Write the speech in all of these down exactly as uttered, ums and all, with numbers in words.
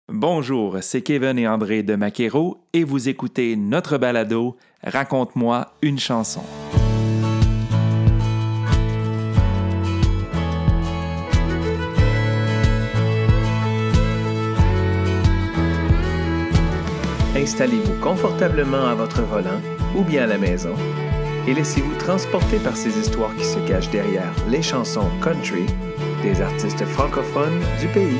Bonjour, c'est Kevin et André de Maquero et vous écoutez notre balado « Raconte-moi une chanson ». Installez-vous confortablement à votre volant ou bien à la maison et laissez-vous transporter par ces histoires qui se cachent derrière les chansons country des artistes francophones du pays.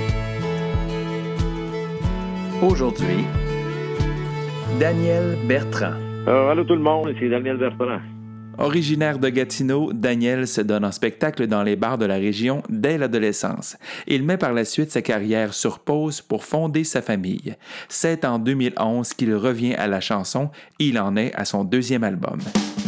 Aujourd'hui, Daniel Bertrand. Euh, allô tout le monde, c'est Daniel Bertrand. Originaire de Gatineau, Daniel se donne en spectacle dans les bars de la région dès l'adolescence. Il met par la suite sa carrière sur pause pour fonder sa famille. C'est en deux mille onze qu'il revient à la chanson et il en est à son deuxième album.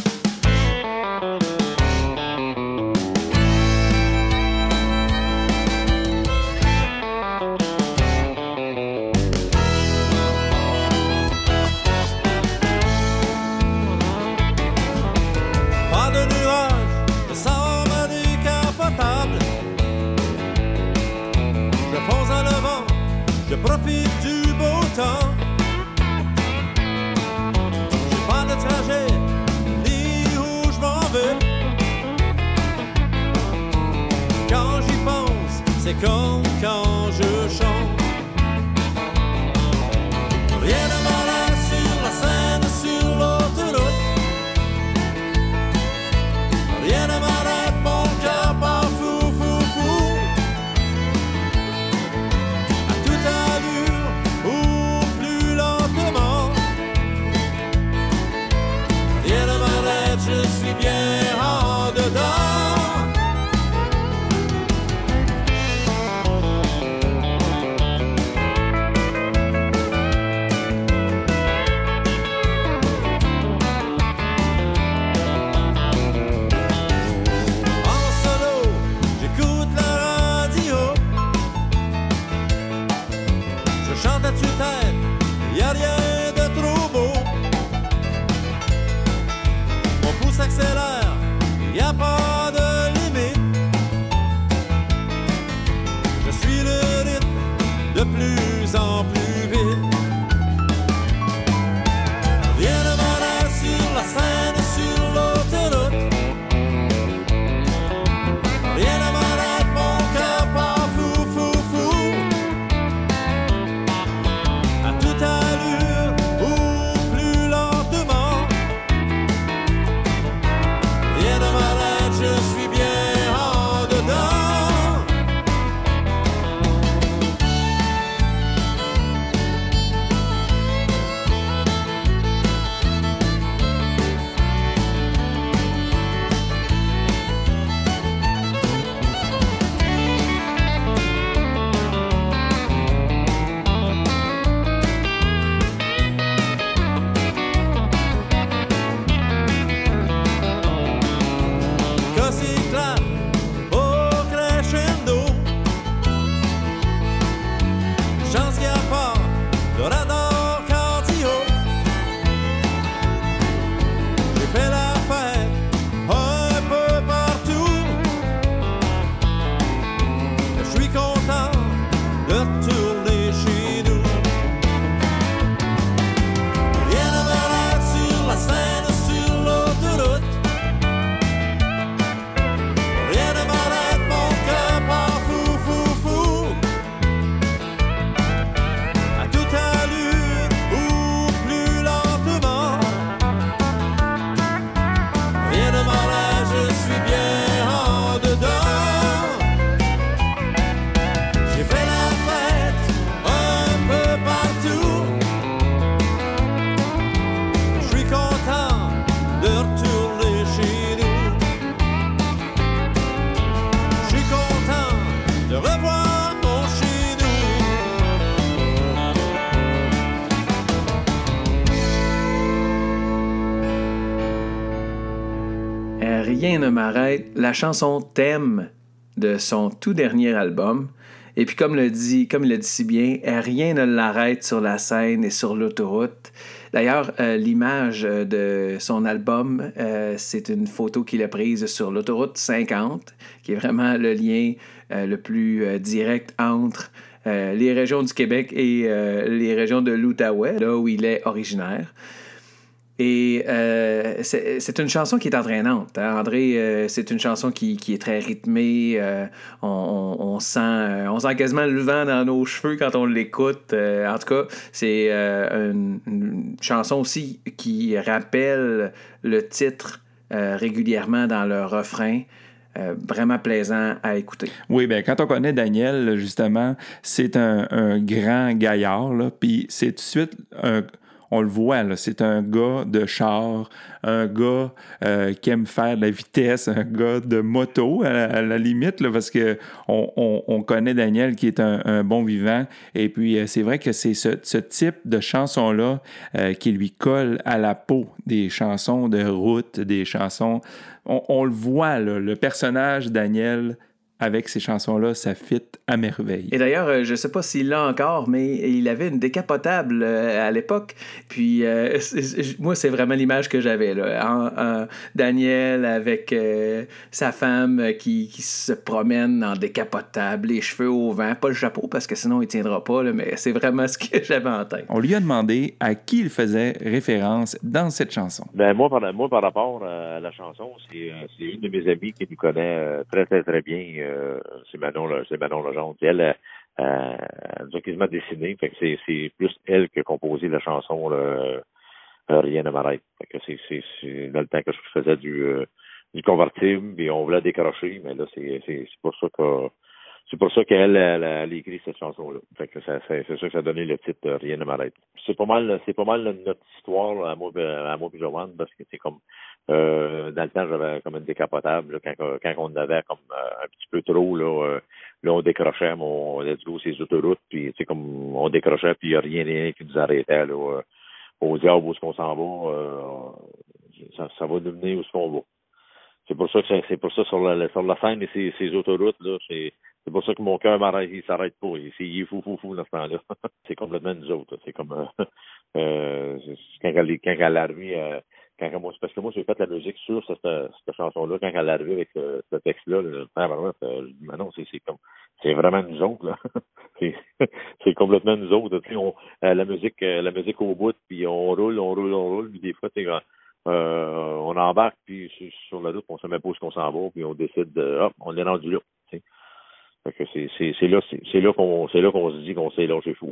Je profite du beau temps. J'ai pas le trajet ni où je m'en vais. Quand j'y pense, c'est comme quand je chante. Rien ne m'arrête sur la scène, sur l'autoroute. Rien ne m'arrête, mon cœur part fou, fou, fou. Je suis bien en dedans. En solo, j'écoute la radio. Je chante à tue-tête, y'a rien de trop beau. S'accélère, y a pas de limite. Je suis le rythme de plus en plus vite. Rien ne m'arrête sur la scène, sur l'autoroute. Rien ne m'arrête, mon cœur part fou, fou, fou. À toute allure ou plus lentement. Rien ne m'arrête, je suis bien en dedans. Rien ne m'arrête, la chanson Thème de son tout dernier album. Et puis comme le dit, comme il le dit si bien, rien ne l'arrête sur la scène et sur l'autoroute. D'ailleurs, euh, l'image de son album, euh, c'est une photo qu'il a prise sur l'autoroute cinquante, qui est vraiment le lien euh, le plus euh, direct entre euh, les régions du Québec et euh, les régions de l'Outaouais, là où il est originaire. Et euh, c'est, c'est une chanson qui est entraînante. Hein? André, euh, c'est une chanson qui, qui est très rythmée. Euh, on, on, on, sent, euh, on sent quasiment le vent dans nos cheveux quand on l'écoute. Euh, en tout cas, c'est euh, une, une chanson aussi qui rappelle le titre euh, régulièrement dans le refrain. Euh, vraiment plaisant à écouter. Oui, bien, quand on connaît Daniel, justement, c'est un, un grand gaillard, là, puis c'est tout de suite un... On le voit, là, c'est un gars de char, un gars euh, qui aime faire de la vitesse, un gars de moto, à la, à la limite, là, parce qu'on on, on connaît Daniel qui est un, un bon vivant. Et puis, euh, c'est vrai que c'est ce, ce type de chanson-là euh, qui lui colle à la peau des chansons de route, des chansons... On, on le voit, là, le personnage Daniel... Avec ces chansons-là, ça fit à merveille. Et d'ailleurs, je ne sais pas s'il l'a encore, mais il avait une décapotable à l'époque. Puis euh, c'est, moi, c'est vraiment l'image que j'avais. Là. En, en, Daniel avec euh, sa femme qui, qui se promène en décapotable, les cheveux au vent. Pas le chapeau, parce que sinon, il ne tiendra pas. Là, mais c'est vraiment ce que j'avais en tête. On lui a demandé à qui il faisait référence dans cette chanson. Ben moi, par, moi, par rapport à la chanson, c'est, c'est une de mes amies qui nous connaît très, très, très bien. Euh, c'est Manon, c'est Manon Legendre. Elle, euh, elle nous a quasiment dessiné. Fait que c'est, c'est plus elle qui a composé la chanson là, euh, Rien ne m'arrête. Fait que c'est, c'est, c'est dans le temps que je faisais du, euh, du convertible et on voulait décrocher, mais là, c'est, c'est, c'est pour ça que c'est pour ça qu'elle elle, elle a écrit cette chanson-là. Fait que ça, c'est, c'est ça que ça a donné le titre euh, Rien ne m'arrête. C'est pas mal, c'est pas mal notre histoire à moi, à moi et Joanne, parce que c'est comme euh, dans le temps j'avais comme une décapotable là, quand, quand on avait comme euh, un petit peu trop là, euh, là on décrochait, on let's go ces autoroutes, puis c'est comme on décrochait puis il y a rien, rien qui nous arrêtait là. Euh, au diable où est-ce qu'on s'en va, euh, ça, ça va nous mener où est-ce qu'on va. C'est pour ça que c'est, c'est pour ça sur la sur la scène et ces, ces autoroutes là, c'est C'est pour ça que mon cœur m'arrête, il s'arrête pas. Il, il est fou, fou, fou dans ce temps-là. C'est complètement nous autres. C'est comme euh, euh, quand elle quand elle est arrivée, euh, quand moi, c'est parce que moi j'ai fait la musique sur cette, cette chanson-là, quand elle est arrivée avec ce, ce texte-là, là, ah, vraiment, c'est, non, c'est, c'est comme c'est vraiment nous autres, là. c'est, c'est complètement nous autres. Tu sais, on, euh, la musique, euh, la musique au bout, puis on roule, on roule, on roule, puis des fois, tu sais, euh, on embarque, puis sur la route, on se met pas où qu'on s'en va, puis on décide de hop, on est rendu là. Tu sais. Fait que c'est, c'est, c'est, là, c'est, c'est, là qu'on, c'est là qu'on se dit qu'on s'est lâché fou.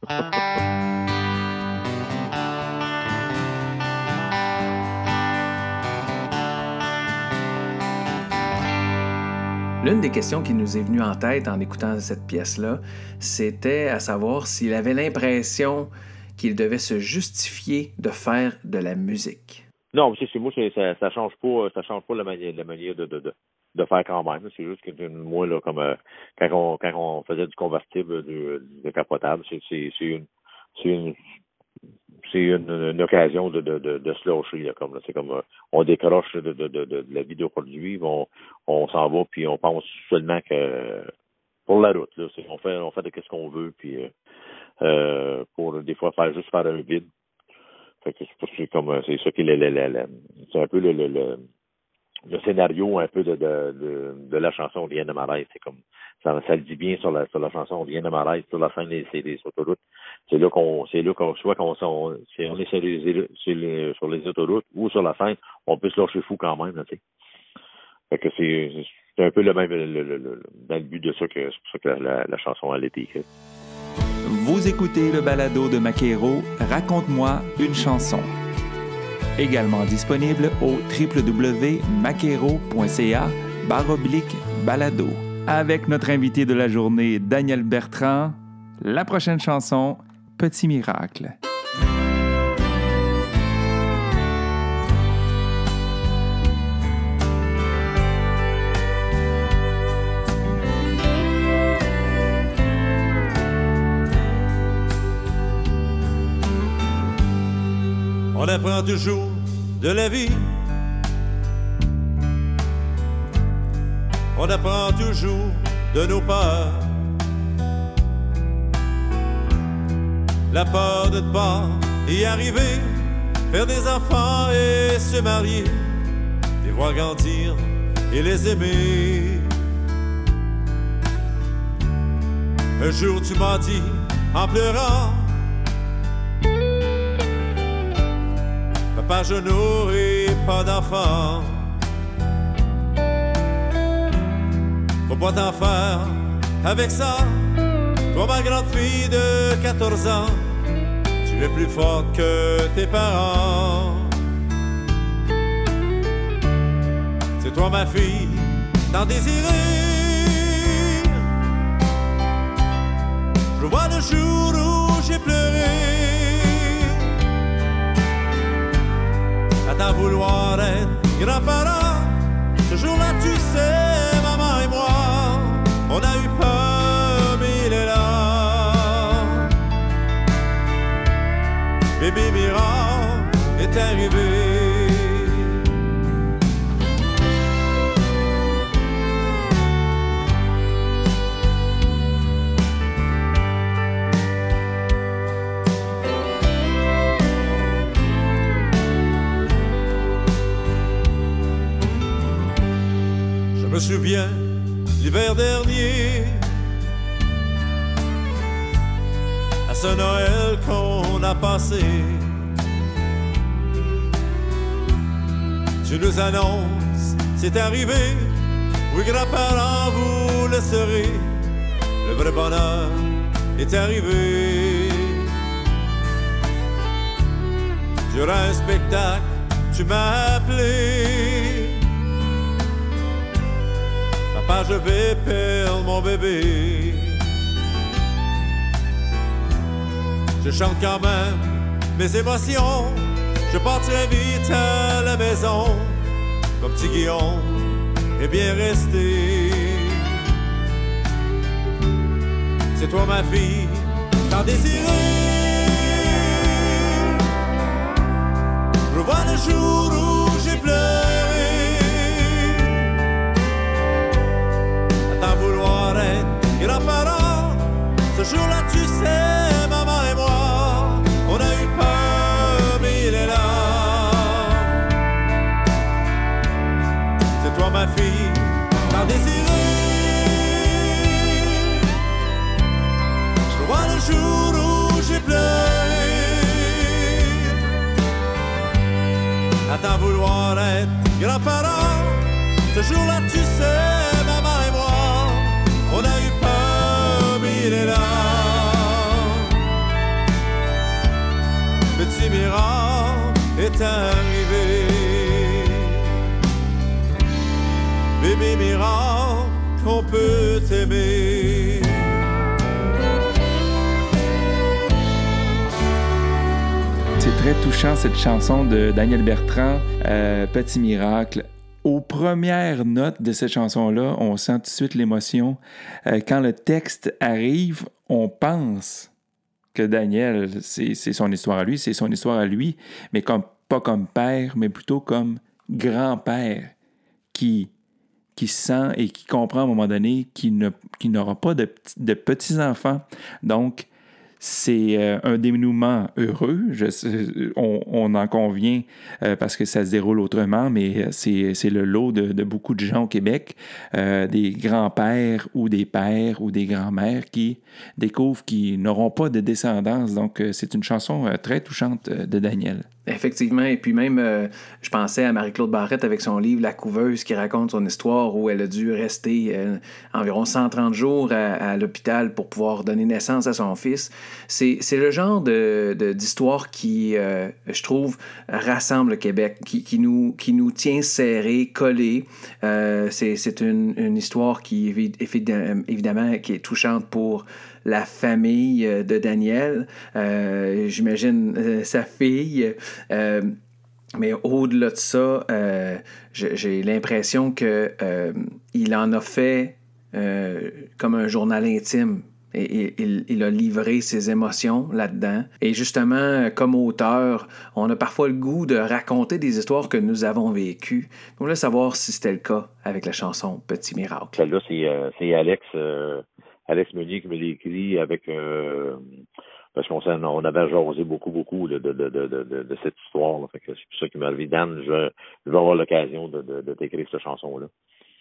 L'une des questions qui nous est venue en tête en écoutant cette pièce-là, c'était à savoir s'il avait l'impression qu'il devait se justifier de faire de la musique. Non, c'est, c'est moi, c'est, ça, ça change pas, ça change pas la manière, la manière de, de, de, de faire quand même. C'est juste que moi, là, comme euh, quand on quand on faisait du convertible, du, du capotable, c'est, c'est, c'est une c'est une c'est une, une occasion de, de, de, de se lâcher, là, comme là. C'est comme euh, on décroche de, de, de, de la vie d'aujourd'hui, on, on s'en va, puis on pense seulement que pour la route, là, c'est, on fait on fait de ce qu'on veut, puis euh, euh, pour des fois faire juste faire un vide. Fait que c'est, c'est comme c'est ça qui est le, le, le, le, c'est un peu le, le, le le scénario un peu de, de, de, de la chanson Rien ne m'arrête. C'est comme ça, ça le dit bien sur la sur la chanson Rien ne m'arrête, sur la fin des, des autoroutes. C'est là qu'on c'est là qu'on soit qu'on on, c'est, on est sur les, sur les sur les autoroutes ou sur la scène, on peut se lâcher fou quand même, tu sais. Fait que c'est, c'est un peu le même le, le, le, dans le but de ça que c'est pour ça que la, la, la chanson a été écrite. Vous écoutez le balado de Maquero, Raconte-moi une chanson. Également disponible au w w w point maquero point c a barre oblique balado. Avec notre invité de la journée, Daniel Bertrand, la prochaine chanson, Petit Miracle. On apprend toujours de la vie. On apprend toujours de nos peurs. La peur de ne pas y arriver, faire des enfants et se marier, les voir grandir et les aimer. Un jour tu m'as dit en pleurant, papa, je n'aurai pas d'enfant. Faut pas t'en faire avec ça. Toi, ma grande fille de quatorze ans, tu es plus forte que tes parents. C'est toi, ma fille, tant désirée. Je vois le jour où j'ai pleuré à t'en vouloir être grand-parent. Ce jour-là, tu sais, maman et moi, on a eu peur, mais il est là. Bébé miracle est arrivé. Je me souviens, l'hiver dernier, à ce Noël qu'on a passé, tu nous annonces, c'est arrivé, oui, grands-parents, vous le serez, le vrai bonheur est arrivé. Durant un spectacle, tu m'as appelé, papa, je vais perdre mon bébé. Je chante quand même mes émotions. Je partirai vite à la maison. Mon petit Guillaume est bien resté. C'est toi, ma fille, tant désirée. Je vois le jour où j'ai pleuré à t'en vouloir être grand-parent. Ce jour-là, tu sais, maman et moi, on a eu peur, mais il est là. C'est toi, ma fille, tant désirée. Je vois le jour où j'ai pleuré à t'en vouloir être grand-parent. Ce jour-là, tu sais, maman et moi, on a eu peur, mais il est là. Petit miracle est arrivé. Bébé miracle, qu'on peut t'aimer. C'est très touchant, cette chanson de Daniel Bertrand, euh, Petit miracle. Aux premières notes de cette chanson-là, on sent tout de suite l'émotion. Euh, quand le texte arrive, on pense que Daniel, c'est, c'est son histoire à lui, c'est son histoire à lui, mais comme, pas comme père, mais plutôt comme grand-père qui, qui sent et qui comprend à un moment donné qu'il, ne, qu'il n'aura pas de, de petits-enfants. Donc, c'est euh, un dénouement heureux, je, on, on en convient euh, parce que ça se déroule autrement, mais c'est, c'est le lot de, de beaucoup de gens au Québec, euh, des grands-pères ou des pères ou des grands-mères qui découvrent qu'ils n'auront pas de descendance. Donc, euh, c'est une chanson euh, très touchante euh, de Daniel. Effectivement, et puis même, euh, je pensais à Marie-Claude Barrette avec son livre « La couveuse » qui raconte son histoire où elle a dû rester euh, environ cent trente jours à, à l'hôpital pour pouvoir donner naissance à son fils. C'est, c'est le genre de, de, d'histoire qui, euh, je trouve, rassemble le Québec, qui, qui, nous, qui nous tient serrés, collés. Euh, c'est, c'est une, une histoire qui, évidemment, qui est touchante pour la famille de Daniel, euh, j'imagine euh, sa fille, euh, mais au-delà de ça, euh, j'ai l'impression que euh, il en a fait euh, comme un journal intime. Et, et, il, il a livré ses émotions là-dedans. Et justement, comme auteur, on a parfois le goût de raconter des histoires que nous avons vécues. On voulait savoir si c'était le cas avec la chanson « Petit miracle ». Celle-là, c'est, euh, c'est Alex... Euh... Alex Meunier qui me l'a écrit avec euh, parce qu'on on avait jasé beaucoup, beaucoup de, de, de, de, de, de cette histoire. Là. Fait que c'est pour ça qu'il m'a dit Dan, je vais, je vais avoir l'occasion de, de, de t'écrire cette chanson-là.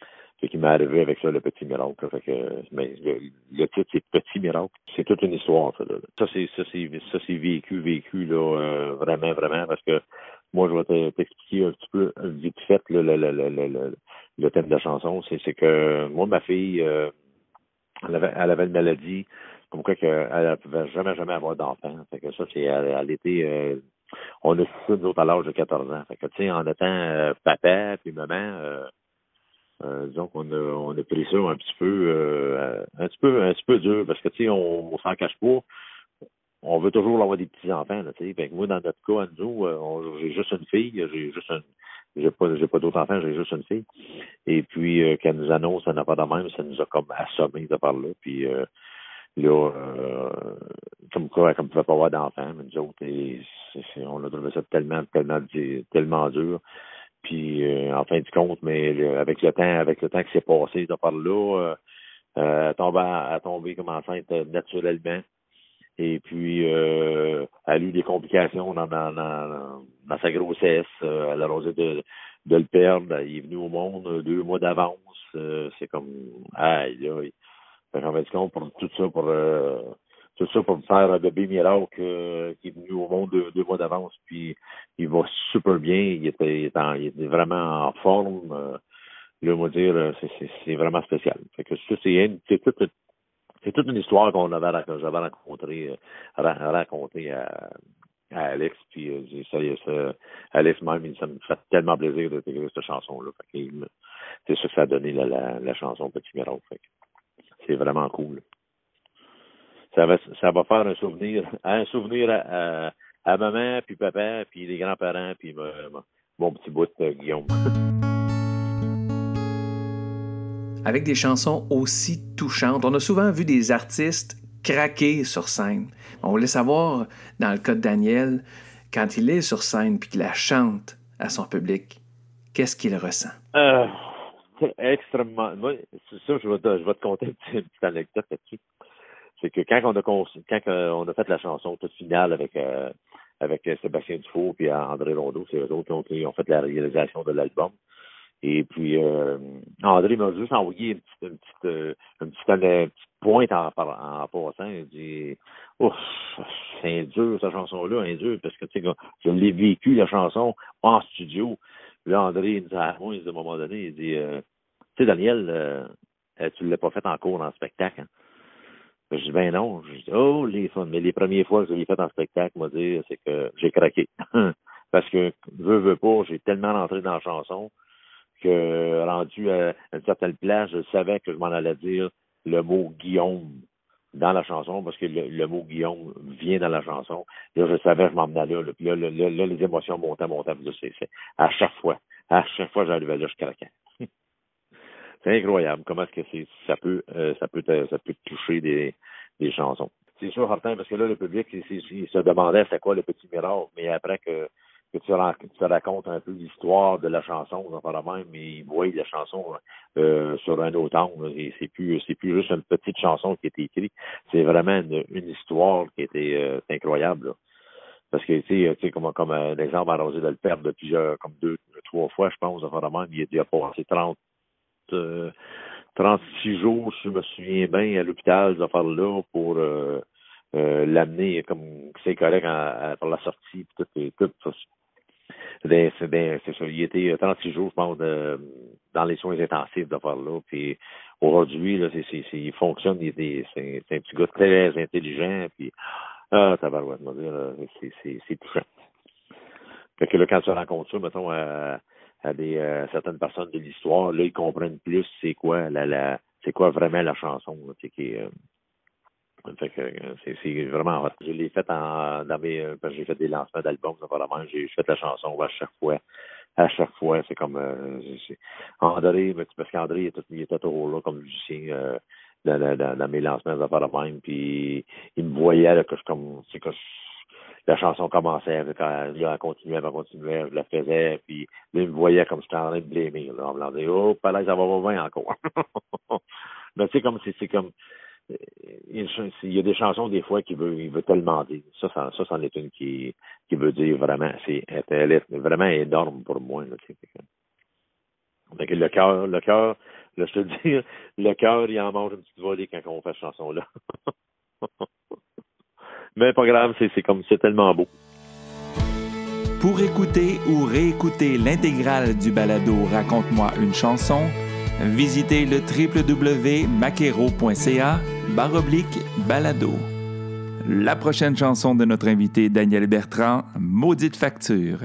Fait qu'il m'est arrivé avec ça, le petit miracle. Fait que, mais le, le titre, c'est Petit miracle. C'est toute une histoire, ça. Là. Ça, c'est, ça, c'est, ça, c'est vécu, vécu, là, euh, vraiment, vraiment, parce que moi, je vais te, t'expliquer un petit peu, vite fait, là, le, le, le, le, le, le thème de la chanson. C'est, c'est que, moi, ma fille, euh, elle avait, elle avait une maladie, comme quoi qu'elle ne pouvait jamais, jamais avoir d'enfant. Fait que ça, c'est, elle, elle était, euh, on a su ça, nous autres, à l'âge de quatorze ans. Fait que, tu sais, en étant euh, papa puis maman, euh, Euh, disons qu'on a, on a pris ça un petit peu, euh, un petit peu, un petit peu dur parce que tu sais, on, on s'en cache pas. On veut toujours avoir des petits enfants, tu sais. Fait que moi, dans notre cas, à nous, euh, on, j'ai juste une fille, j'ai juste une, j'ai pas, j'ai pas d'autres enfants, j'ai juste une fille. Et puis, euh, qu'elle nous annonce, ça n'a pas de même, ça nous a comme assommés de par là. Puis euh, là, euh, comme quoi, comme ne pouvait pas avoir d'enfants, mais nous autres, et c'est, c'est, on a trouvé ça tellement, tellement, tellement dur. Puis euh, en fin de compte, mais le, avec le temps, avec le temps qui s'est passé de par là, euh, euh, elle tombait, elle tombé comme enceinte euh, naturellement. Et puis euh, elle a eu des complications dans, dans, dans, dans sa grossesse. Euh, elle a osé de, de le perdre. Il est venu au monde deux mois d'avance. Euh, c'est comme aïe aïe. Fait qu'en fin de compte, pour tout ça, pour euh, tout ça pour me faire un bébé miracle euh, qui est venu au monde deux, deux mois d'avance, puis il va super bien, il était, il était, en, il était vraiment en forme. Euh, là, on va dire, c'est, c'est, c'est vraiment spécial. Fait que ça, c'est, c'est, toute, c'est toute une histoire qu'on avait, que j'avais rencontré, euh, raconté à, à Alex, puis euh, ça, ça, Alex même, ça me fait tellement plaisir d'intégrer cette chanson-là. Fait que, c'est ça que ça a donné la, la, la chanson Petit miracle. Fait que c'est vraiment cool. Ça va, ça va faire un souvenir, un souvenir à, à, à maman, puis papa, puis les grands-parents, puis mon, mon petit bout de Guillaume. Avec des chansons aussi touchantes, on a souvent vu des artistes craquer sur scène. On voulait savoir, dans le cas de Daniel, quand il est sur scène puis qu'il la chante à son public, qu'est-ce qu'il ressent? Euh, c'est extrêmement... Moi, c'est ça, je vais te, je vais te conter une petite, une petite anecdote là-dessus. C'est que quand on a quand on a fait la chanson toute finale avec euh, avec Sébastien Dufault et André Rondeau, c'est eux autres qui ont, qui ont fait la réalisation de l'album. Et puis euh, André m'a juste envoyé une petite une petite, euh, une petite, une petite pointe en, en, en passant. Il dit ouf, c'est dur cette chanson-là, c'est dur, parce que tu sais, je l'ai vécu la chanson en studio. Puis là, André il me dit à moi, il dit, à un moment donné, il dit euh, tu sais, Daniel, euh, tu l'as pas fait en cours en spectacle, hein? Je dis, ben non. Je dis, oh, les fun. Mais les premières fois que je l'ai fait en spectacle, moi, dire, c'est que j'ai craqué. Parce que, veux, veux pas, j'ai tellement rentré dans la chanson que, rendu à une certaine place, je savais que je m'en allais dire le mot Guillaume dans la chanson, parce que le, le mot Guillaume vient dans la chanson. Là, je savais que je m'en venais là. Là. Puis là, là, là, là, les émotions montaient, montaient. Là, c'est, c'est, à chaque fois, à chaque fois, j'arrivais là, je craquais. C'est incroyable comment est-ce que c'est, ça peut euh, ça peut te, ça peut te toucher des, des chansons. C'est sûr, certain, parce que là, le public, il, il, il se demandait c'est quoi le petit miracle, mais après que, que tu, tu racontes un peu l'histoire de la chanson, enfin, même, mais il voit la chanson euh, sur un autre angle. Et c'est plus c'est plus juste une petite chanson qui a été écrite. C'est vraiment une, une histoire qui était euh, incroyable. Là. Parce que, tu sais, comme, comme un exemple, arrosé de le perdre de plusieurs, comme deux, trois fois, je pense, enfin, même, il, il a passé trente Euh, trente-six jours, je me souviens bien, à l'hôpital, de faire là pour euh, euh, l'amener comme c'est correct à, à, pour la sortie, puis tout, et tout. Ça. C'est, c'est, bien, c'est ça. Il était trente-six jours, je pense, de, dans les soins intensifs de faire là. Puis aujourd'hui, là, c'est, c'est, c'est, il fonctionne, il est, c'est, c'est un petit gars très intelligent, puis ah, tabarouette, on va dire, c'est, c'est, c'est touchant. Fait que là, quand tu rencontres ça, mettons, à à des euh, certaines personnes de l'histoire, là, ils comprennent plus c'est quoi la, la c'est quoi vraiment la chanson, là, qui est, euh, fait que c'est, c'est vraiment. Je l'ai fait en dans mes euh, j'ai fait des lancements d'albums, ça vraiment, j'ai fait la chanson à chaque fois. À chaque fois, c'est comme euh, c'est, André, parce qu'André il était, il était toujours là comme musicien euh, dans, dans, dans mes lancements de même, puis il me voyait là, que je comme c'est que je, la chanson commençait, quand elle continuait, elle continuait, je la faisais, puis là, il me voyait comme j'étais en train de blâmer, là, en me disant, oh, pas là, ça va pas bien encore. Mais tu sais, comme, c'est, c'est comme, il y a des chansons, des fois, qu'il veut, il veut tellement dire. Ça, ça, ça, c'en est une qui, qui veut dire vraiment, c'est, elle est vraiment énorme pour moi, là, tu sais. Fait que le cœur, le cœur, là, je te dis, le cœur, il en mange une petite volée quand on fait cette chanson-là. Mais pas grave, c'est, c'est comme c'est tellement beau. Pour écouter ou réécouter l'intégrale du balado Raconte-moi une chanson, visitez le w w w point maquero point c a barre oblique balado. La prochaine chanson de notre invité Daniel Bertrand, Maudite facture.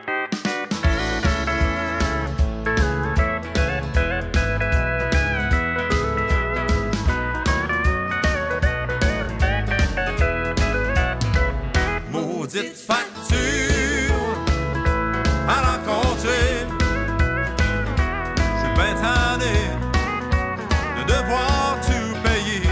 Maudite facture à rencontrer. Je suis bien tanné de devoir tout payer.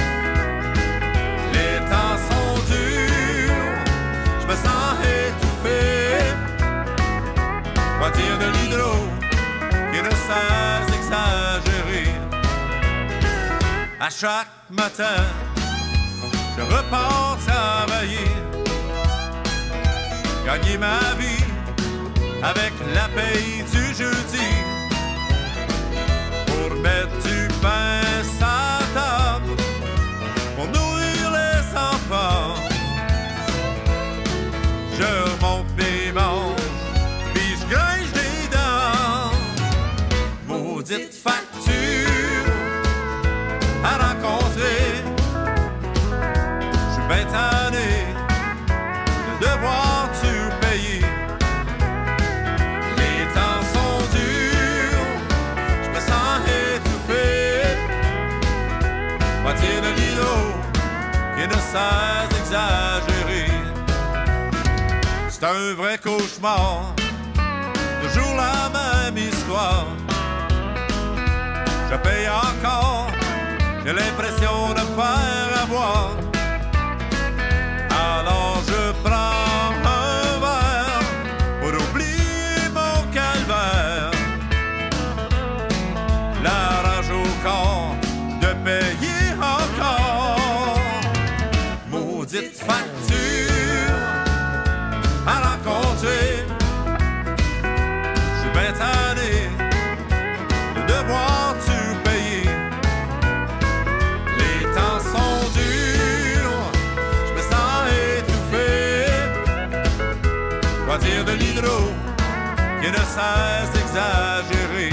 Les temps sont durs, je me sens étouffé. Voiture de l'hydro qui ne cesse d'exagérer. À chaque matin, je repars travailler. Gagner ma vie avec la paye du jeudi pour mettre du pain sur la table, pour nourrir les enfants. Je remonte mes manches, puis je grince des dents. Maudite facture à rencontrer. Je suis bien tanné de devoir tout payer. Les temps sont durs, je me sens étouffé. Moitié de l'îlot qui ne cesse d'exagérer. C'est un vrai cauchemar, toujours la même histoire. Je paye encore, j'ai l'impression de me faire avoir. Alors je prends un verre pour oublier mon calvaire. La rage au corps de payer encore. Maudite facture à rencontrer. Je suis bien tanné de devoir tout payer. Les temps sont durs, je me sens étouffé. Voiture de l'hydro qui ne cesse d'exagérer.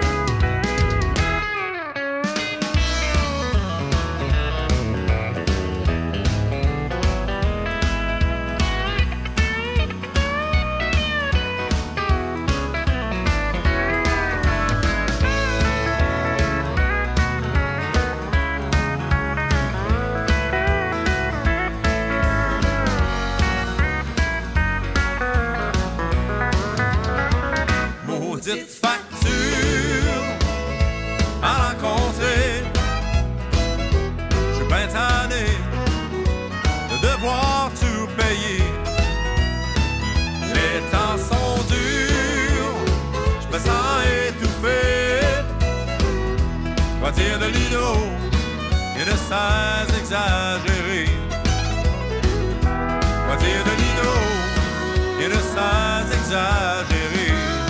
Maudite facture à rencontrer. Je suis bien tanné de devoir tout payer. Les temps sont durs, je me sens étouffé. Voiture de l'hydro qui ne cesse d'exagérer. Voiture de l'hydro qui ne cesse d'exagérer.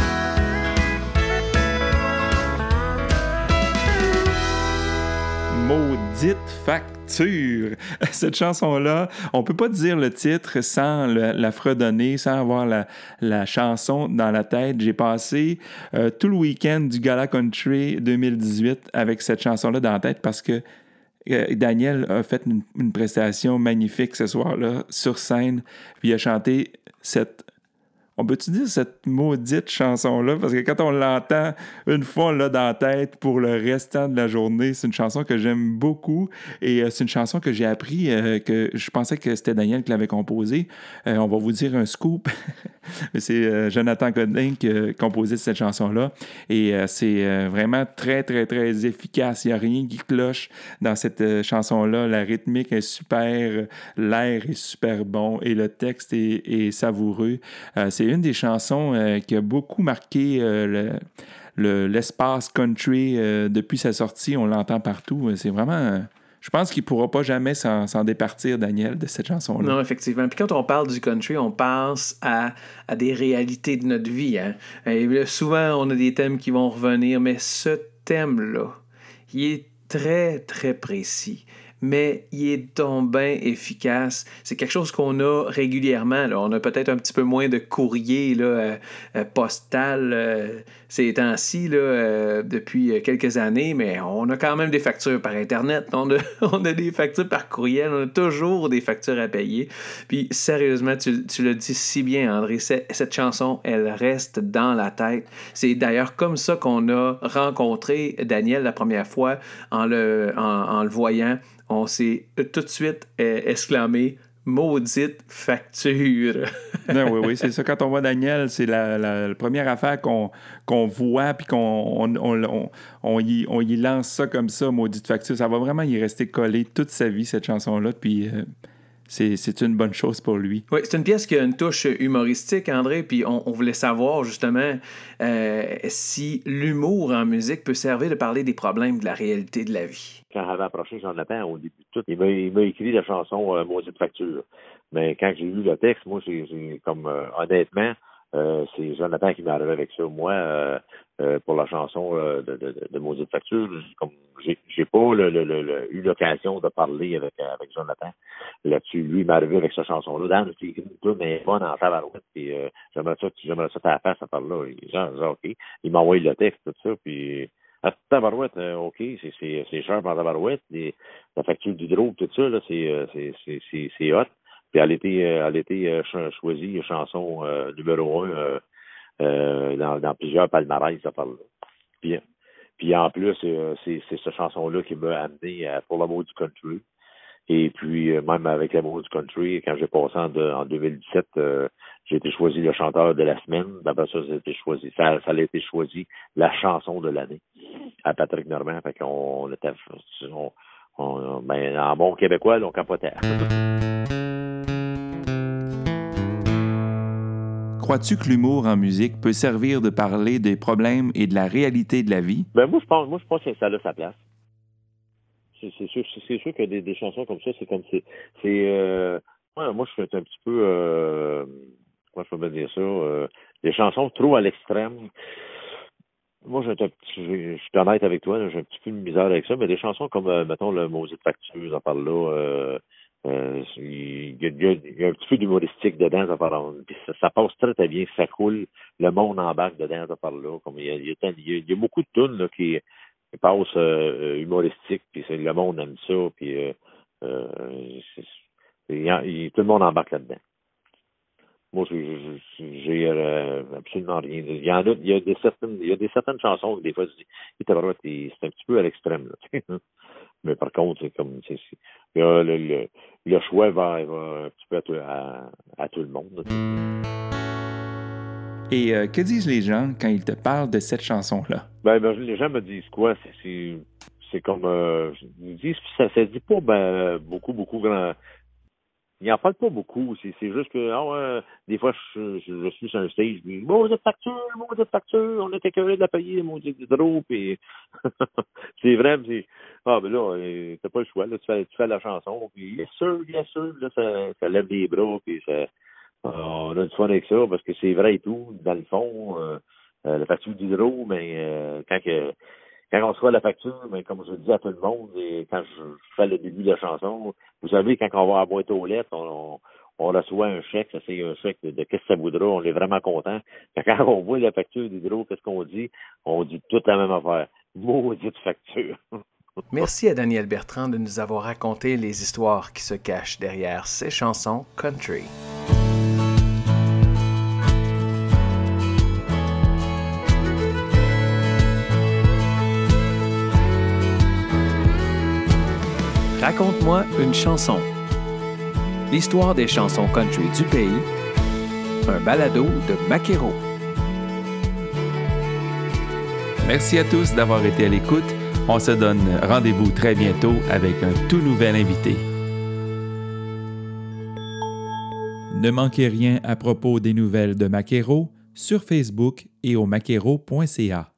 Maudite facture. Cette chanson-là, on peut pas dire le titre sans le, la fredonner, sans avoir la, la chanson dans la tête. J'ai passé euh, tout le week-end du Gala Country deux mille dix-huit avec cette chanson-là dans la tête parce que euh, Daniel a fait une, une prestation magnifique ce soir-là sur scène, puis il a chanté cette On peut-tu dire cette maudite chanson-là? Parce que quand on l'entend, une fois, on l'a dans la tête pour le restant de la journée. C'est une chanson que j'aime beaucoup et euh, c'est une chanson que j'ai appris, euh, que je pensais que c'était Daniel qui l'avait composée. Euh, on va vous dire un scoop. C'est euh, Jonathan Godin qui a composé cette chanson-là et euh, c'est euh, vraiment très, très, très efficace. Il n'y a rien qui cloche dans cette euh, chanson-là. La rythmique est super, l'air est super bon et le texte est, est savoureux. Euh, c'est une des chansons euh, qui a beaucoup marqué euh, le, le, l'espace country euh, depuis sa sortie. On l'entend partout. C'est vraiment... Euh, je pense qu'il ne pourra pas jamais s'en, s'en départir, Daniel, de cette chanson-là. Non, effectivement. Puis quand on parle du country, on pense à, à des réalités de notre vie. Hein? Et là, souvent, on a des thèmes qui vont revenir, mais ce thème-là, il est très, très précis, mais il est donc bien efficace. C'est quelque chose qu'on a régulièrement. Là. On a peut-être un petit peu moins de courrier là, euh, euh, postal euh, ces temps-ci, là, euh, depuis quelques années, mais on a quand même des factures par Internet. On a, on a des factures par courriel. On a toujours des factures à payer. Puis sérieusement, tu, tu le dis si bien, André, cette, cette chanson, elle reste dans la tête. C'est d'ailleurs comme ça qu'on a rencontré Daniel la première fois en le, en, en le voyant. On s'est tout de suite euh, exclamé « Maudite facture! » Non, oui, oui, c'est ça. Quand on voit Daniel, c'est la, la, la première affaire qu'on, qu'on voit, puis qu'on on, on, on, on, y, on y lance ça comme ça, « Maudite facture ». Ça va vraiment y rester collé toute sa vie, cette chanson-là, puis... Euh... C'est, c'est une bonne chose pour lui. Oui, c'est une pièce qui a une touche humoristique, André, puis on, on voulait savoir justement euh, si l'humour en musique peut servir de parler des problèmes de la réalité de la vie. Quand j'avais approché Jean Lapin au début de tout, il m'a, il m'a écrit la chanson euh, « Maudite facture ». Mais quand j'ai lu le texte, moi, j'ai, j'ai comme euh, honnêtement, euh, c'est Jean Lapin qui m'est arrivé avec ça. Moi, euh, euh, pour la chanson euh, de, de, de Maudite facture, comme j'ai, j'ai pas le, le, le, le, eu l'occasion de parler avec, avec Jean Lapin là-dessus. Lui, il m'est arrivé avec cette chanson-là. Dan, j'ai écrit une tune, mais bonne en tabarouette, puis euh, j'aimerais ça, j'aimerais ça ta face à part-là. Genre, genre, OK. Il m'a envoyé le texte, tout ça, puis à tabarouette, euh, OK, c'est, c'est, c'est cher par tabarouette. Les, la facture d'hydro, tout ça, là, c'est, c'est, c'est, c'est, c'est hot. Puis elle était, elle était euh, choisie chanson euh, numéro un euh, euh, dans, dans plusieurs palmarès, ça parle. Puis, puis en plus, euh, c'est, c'est cette chanson-là qui m'a amené à Pour l'amour du country. Et puis, euh, même avec l'amour du country, quand j'ai passé en, de, en deux mille dix-sept, euh, j'ai été choisi le chanteur de la semaine. Après ça, ça a été choisi, ça, ça a été choisi la chanson de l'année à Patrick Normand. Fait qu'on on était, on, on, ben, en bon québécois, là, on capotait. Crois-tu que l'humour en musique peut servir de parler des problèmes et de la réalité de la vie? Ben moi, je pense, moi, je pense que ça a sa place. C'est, c'est sûr, c'est, c'est sûr que des, des chansons comme ça, c'est comme c'est, c'est, euh, ouais, moi, je suis un petit peu, euh, comment je peux me dire ça, euh, des chansons trop à l'extrême. Moi, j'ai un petit, je suis honnête avec toi, là, j'ai un petit peu de misère avec ça, mais des chansons comme, euh, mettons, le Maudite facture, j'en parle là, euh, Euh, il, y a, il, y a, il y a un petit peu d'humoristique dedans, ça parle. Puis ça, ça passe très très bien, ça coule, le monde embarque dedans, ça parle là. Comme il y a, il y a, il y a beaucoup de tunes là, qui, qui passent euh, humoristiques, puis c'est, le monde aime ça, puis euh, euh, c'est, il y a, il, tout le monde embarque là-dedans. Moi, j'ai, j'ai euh, absolument rien. Il y en a, il y a des certaines, il y a des certaines chansons que des fois, c'est un petit peu à l'extrême, là. Mais par contre, c'est comme c'est, c'est, le, le, le choix va, va un petit peu à, tout, à, à tout le monde. Et euh, que disent les gens quand ils te parlent de cette chanson-là? Ben, ben les gens me disent quoi? C'est, c'est, c'est comme euh, ils disent ça, ça dit pas ben, beaucoup, beaucoup grand. Ils n'en parlent pas beaucoup. C'est, c'est juste que oh, euh, des fois, je, je, je suis sur un stage, je dis maudite facture, maudite facture, on était écœurés de la payer, maudite hydro, puis c'est vrai, c'est ah ben là, euh, t'as pas le choix, là, tu fais, tu fais la chanson, puis yes sûr, yes sûr, là, ça, ça lève les bras, puis ça, euh, on a du fun avec ça, parce que c'est vrai et tout, dans le fond, euh, euh, la facture d'hydro, mais euh, quand que Quand on reçoit la facture, mais comme je le dis à tout le monde, et quand je fais le début de la chanson, vous savez, quand on va à la boîte aux lettres, on, on, on reçoit un chèque, ça c'est un chèque de, de qu'est-ce que ça voudra, on est vraiment content. Quand on voit la facture d'hydro, qu'est-ce qu'on dit? On dit toute la même affaire. Maudite facture. Merci à Daniel Bertrand de nous avoir raconté les histoires qui se cachent derrière ces chansons country. Raconte-moi une chanson. L'histoire des chansons country du pays. Un balado de Makero. Merci à tous d'avoir été à l'écoute. On se donne rendez-vous très bientôt avec un tout nouvel invité. Ne manquez rien à propos des nouvelles de Makero sur Facebook et au makero point c a.